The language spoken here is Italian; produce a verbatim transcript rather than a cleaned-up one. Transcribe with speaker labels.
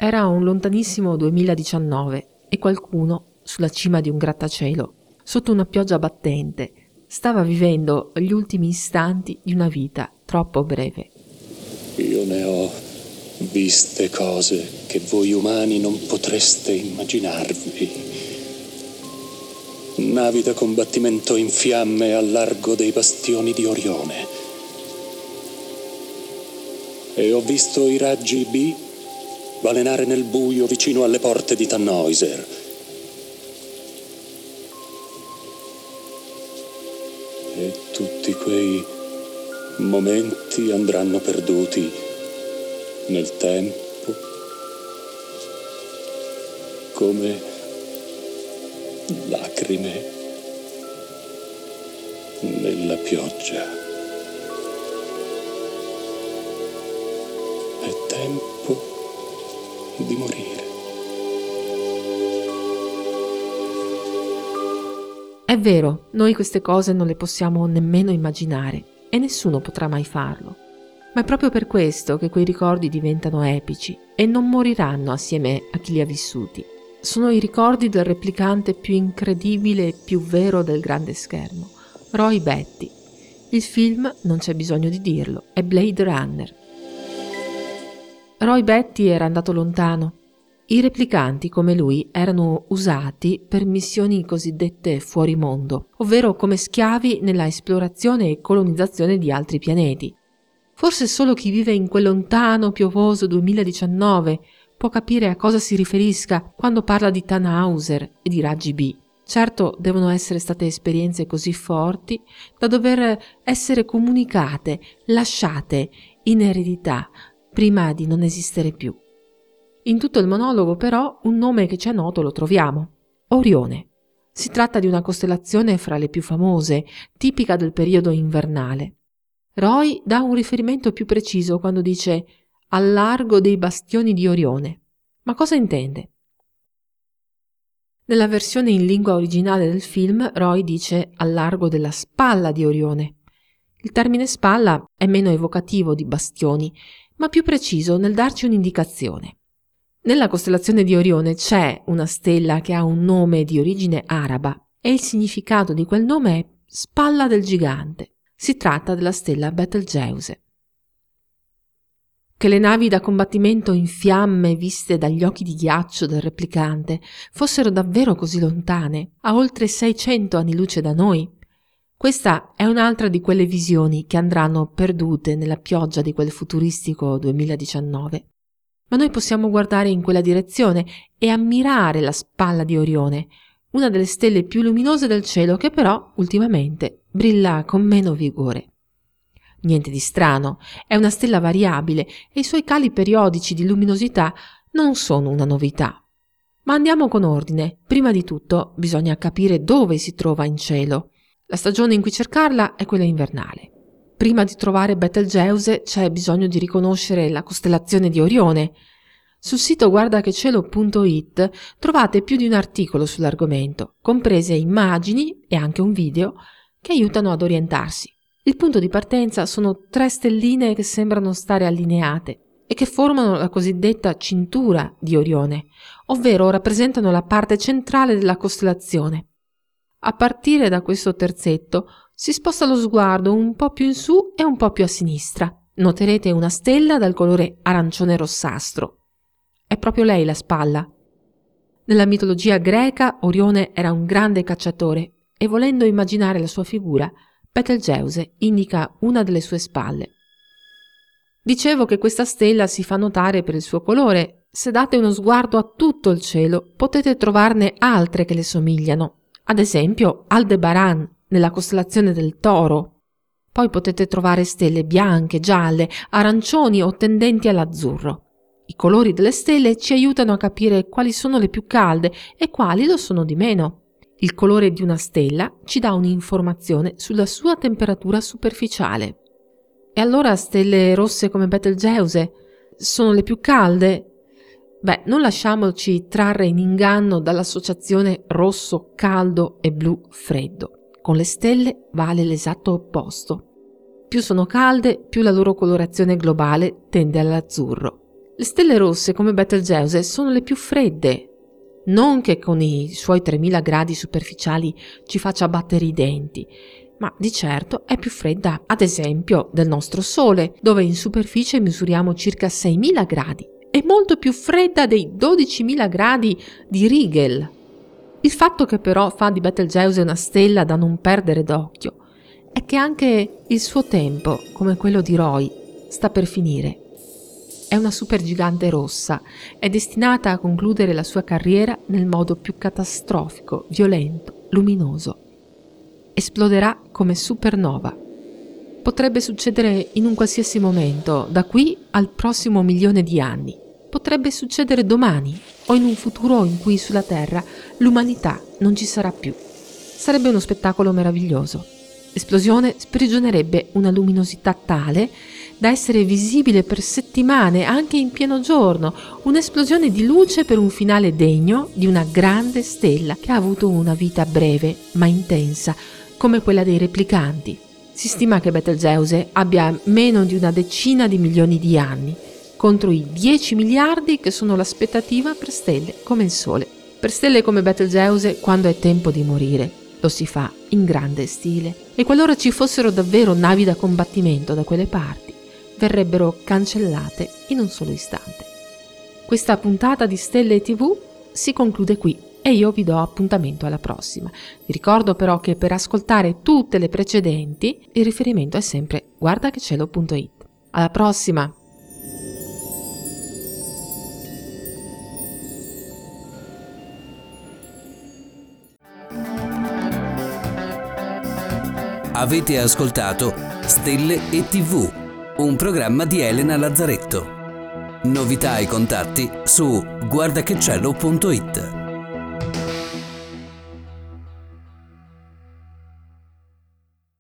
Speaker 1: Era un lontanissimo duemiladiciannove e qualcuno, sulla cima di un grattacielo, sotto una pioggia battente, stava vivendo gli ultimi istanti di una vita troppo breve.
Speaker 2: Io ne ho viste cose che voi umani non potreste immaginarvi. Navi da combattimento in fiamme al largo dei bastioni di Orione. E ho visto i raggi B balenare nel buio vicino alle porte di Tannhäuser. E tutti quei momenti andranno perduti nel tempo, come lacrime nella pioggia. È tempo di morire.
Speaker 1: È vero, noi queste cose non le possiamo nemmeno immaginare e nessuno potrà mai farlo. Ma è proprio per questo che quei ricordi diventano epici e non moriranno assieme a chi li ha vissuti. Sono i ricordi del replicante più incredibile e più vero del grande schermo, Roy Batty. Il film, non c'è bisogno di dirlo, è Blade Runner. Roy Batty era andato lontano. I replicanti, come lui, erano usati per missioni cosiddette fuori mondo, ovvero come schiavi nella esplorazione e colonizzazione di altri pianeti. Forse solo chi vive in quel lontano, piovoso duemiladiciannove può capire a cosa si riferisca quando parla di Tannhäuser e di raggi B. Certo, devono essere state esperienze così forti da dover essere comunicate, lasciate in eredità, prima di non esistere più. In tutto il monologo, però, un nome che ci è noto lo troviamo: Orione. Si tratta di una costellazione fra le più famose, tipica del periodo invernale. Roy dà un riferimento più preciso quando dice «al largo dei bastioni di Orione». Ma cosa intende? Nella versione in lingua originale del film, Roy dice «al largo della spalla di Orione». Il termine spalla è meno evocativo di bastioni, ma più preciso nel darci un'indicazione. Nella costellazione di Orione c'è una stella che ha un nome di origine araba e il significato di quel nome è spalla del gigante. Si tratta della stella Betelgeuse. Che le navi da combattimento in fiamme viste dagli occhi di ghiaccio del replicante fossero davvero così lontane, a oltre seicento anni luce da noi? Questa è un'altra di quelle visioni che andranno perdute nella pioggia di quel futuristico duemiladiciannove. Ma noi possiamo guardare in quella direzione e ammirare la spalla di Orione, una delle stelle più luminose del cielo che però, ultimamente, brilla con meno vigore. Niente di strano, è una stella variabile e i suoi cali periodici di luminosità non sono una novità. Ma andiamo con ordine. Prima di tutto bisogna capire dove si trova in cielo. La stagione in cui cercarla è quella invernale. Prima di trovare Betelgeuse c'è bisogno di riconoscere la costellazione di Orione. Sul sito guardachecielo punto it trovate più di un articolo sull'argomento, comprese immagini e anche un video che aiutano ad orientarsi. Il punto di partenza sono tre stelline che sembrano stare allineate e che formano la cosiddetta cintura di Orione, ovvero rappresentano la parte centrale della costellazione. A partire da questo terzetto si sposta lo sguardo un po' più in su e un po' più a sinistra. Noterete una stella dal colore arancione rossastro. È proprio lei la spalla. Nella mitologia greca Orione era un grande cacciatore e, volendo immaginare la sua figura, Betelgeuse indica una delle sue spalle. Dicevo che questa stella si fa notare per il suo colore. Se date uno sguardo a tutto il cielo potete trovarne altre che le somigliano. Ad esempio Aldebaran nella costellazione del Toro. Poi potete trovare stelle bianche, gialle, arancioni o tendenti all'azzurro. I colori delle stelle ci aiutano a capire quali sono le più calde e quali lo sono di meno. Il colore di una stella ci dà un'informazione sulla sua temperatura superficiale. E allora stelle rosse come Betelgeuse sono le più calde? Beh, non lasciamoci trarre in inganno dall'associazione rosso caldo e blu freddo. Con le stelle vale l'esatto opposto. Più sono calde, più la loro colorazione globale tende all'azzurro. Le stelle rosse come Betelgeuse sono le più fredde. Non che con i suoi tremila gradi superficiali ci faccia battere i denti, ma di certo è più fredda, ad esempio, del nostro Sole, dove in superficie misuriamo circa seimila gradi, e molto più fredda dei dodicimila gradi di Rigel. Il fatto che però fa di Betelgeuse una stella da non perdere d'occhio è che anche il suo tempo, come quello di Roy, sta per finire. È una supergigante rossa, è destinata a concludere la sua carriera nel modo più catastrofico, violento, luminoso. Esploderà come supernova. Potrebbe succedere in un qualsiasi momento, da qui al prossimo milione di anni. Potrebbe succedere domani o in un futuro in cui sulla Terra l'umanità non ci sarà più. Sarebbe uno spettacolo meraviglioso. L'esplosione sprigionerebbe una luminosità tale da essere visibile per settimane anche in pieno giorno, un'esplosione di luce per un finale degno di una grande stella che ha avuto una vita breve ma intensa, come quella dei replicanti. Si stima che Betelgeuse abbia meno di una decina di milioni di anni, contro i dieci miliardi che sono l'aspettativa per stelle come il Sole. Per stelle come Betelgeuse, quando è tempo di morire, lo si fa in grande stile, e qualora ci fossero davvero navi da combattimento da quelle parti, verrebbero cancellate in un solo istante. Questa puntata di Stelle tivù si conclude qui e io vi do appuntamento alla prossima. Vi ricordo però che per ascoltare tutte le precedenti il riferimento è sempre guardachecielo punto it. Alla prossima!
Speaker 3: Avete ascoltato Stelle e tivù, un programma di Elena Lazzaretto. Novità e contatti su guardachecielo punto it.